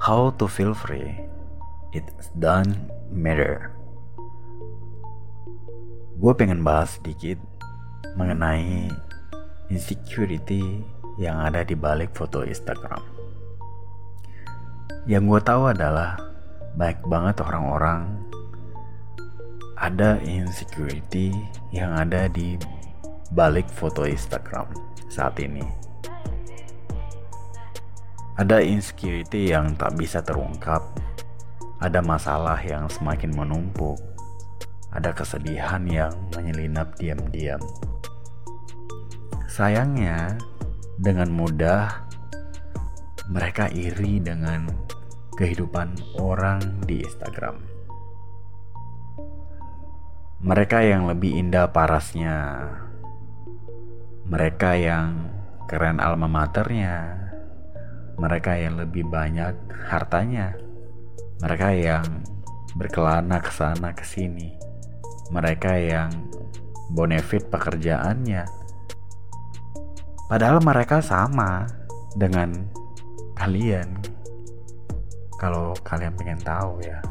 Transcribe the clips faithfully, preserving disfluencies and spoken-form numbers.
How to feel free, it doesn't matter. Gue pengen bahas sedikit mengenai insecurity yang ada di balik foto Instagram. Yang gue tahu adalah banyak banget orang-orang ada insecurity yang ada di balik foto Instagram saat ini. Ada insecurity yang tak bisa terungkap, ada masalah yang semakin menumpuk, ada kesedihan yang menyelinap diam-diam. Sayangnya, dengan mudah mereka iri dengan kehidupan orang di Instagram. Mereka yang lebih indah parasnya, mereka yang keren alma maternya, mereka yang lebih banyak hartanya, mereka yang berkelana ke sana ke sini, mereka yang bonefit pekerjaannya. Padahal mereka sama dengan kalian. Kalau kalian pengen tahu ya,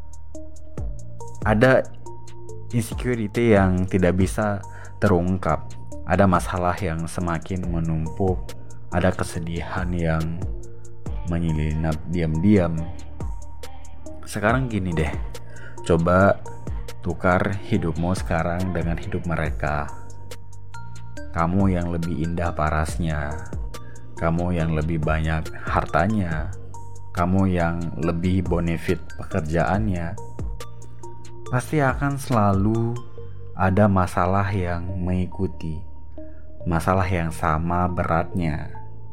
ada insecurity yang tidak bisa terungkap, ada masalah yang semakin menumpuk, ada kesedihan yang menyelinap diam-diam. Sekarang gini deh, coba tukar hidupmu sekarang dengan hidup mereka. Kamu yang lebih indah parasnya, kamu yang lebih banyak hartanya, kamu yang lebih bonefit pekerjaannya, pasti akan selalu ada masalah yang mengikuti, masalah yang sama beratnya,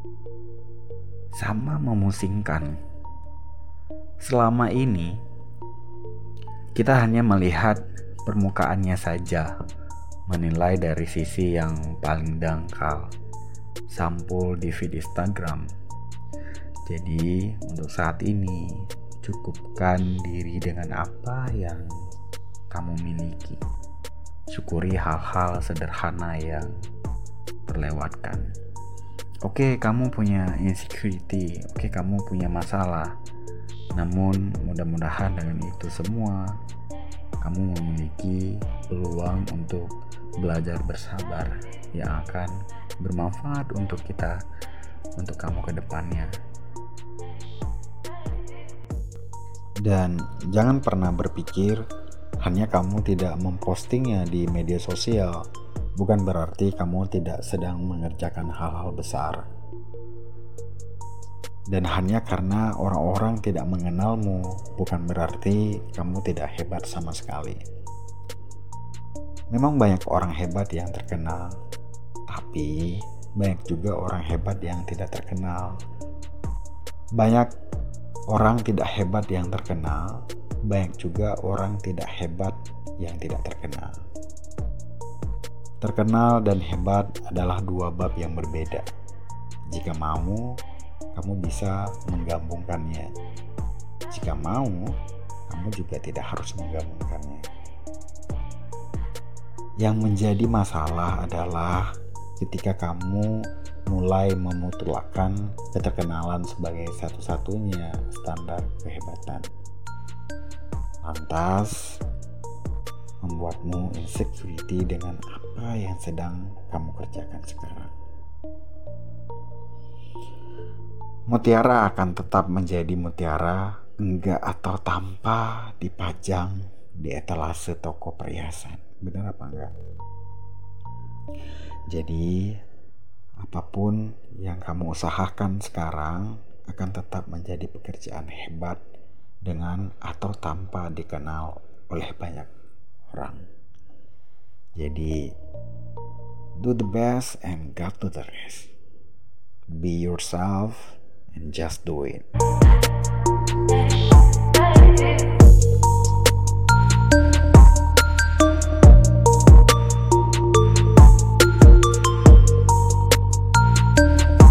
sama memusingkan. Selama ini kita hanya melihat permukaannya saja, menilai dari sisi yang paling dangkal, sampul di feed Instagram. Jadi untuk saat ini cukupkan diri dengan apa yang kamu miliki. Syukuri hal-hal sederhana yang terlewatkan. Oke, kamu punya insecurity, oke kamu punya masalah. Namun mudah-mudahan dengan itu semua kamu memiliki peluang untuk belajar bersabar yang akan bermanfaat untuk kita, untuk kamu ke depannya. Dan jangan pernah berpikir hanya kamu tidak mempostingnya di media sosial bukan berarti kamu tidak sedang mengerjakan hal-hal besar. Dan hanya karena orang-orang tidak mengenalmu bukan berarti kamu tidak hebat sama sekali. Memang banyak orang hebat yang terkenal, tapi banyak juga orang hebat yang tidak terkenal. Banyak orang tidak hebat yang terkenal, banyak juga orang tidak hebat yang tidak terkenal. Terkenal dan hebat adalah dua bab yang berbeda. Jika mau, kamu bisa menggabungkannya. Jika mau, kamu juga tidak harus menggabungkannya. Yang menjadi masalah adalah ketika kamu mulai memutlakan keterkenalan sebagai satu-satunya standar kehebatan. Lantas, membuatmu insecurity dengan apa yang sedang kamu kerjakan sekarang. Mutiara akan tetap menjadi mutiara enggak atau tanpa dipajang di etalase toko perhiasan. Benar apa enggak? Jadi apapun yang kamu usahakan sekarang akan tetap menjadi pekerjaan hebat dengan atau tanpa dikenal oleh banyak orang. Jadi do the best and God do the rest. Be yourself and just do it.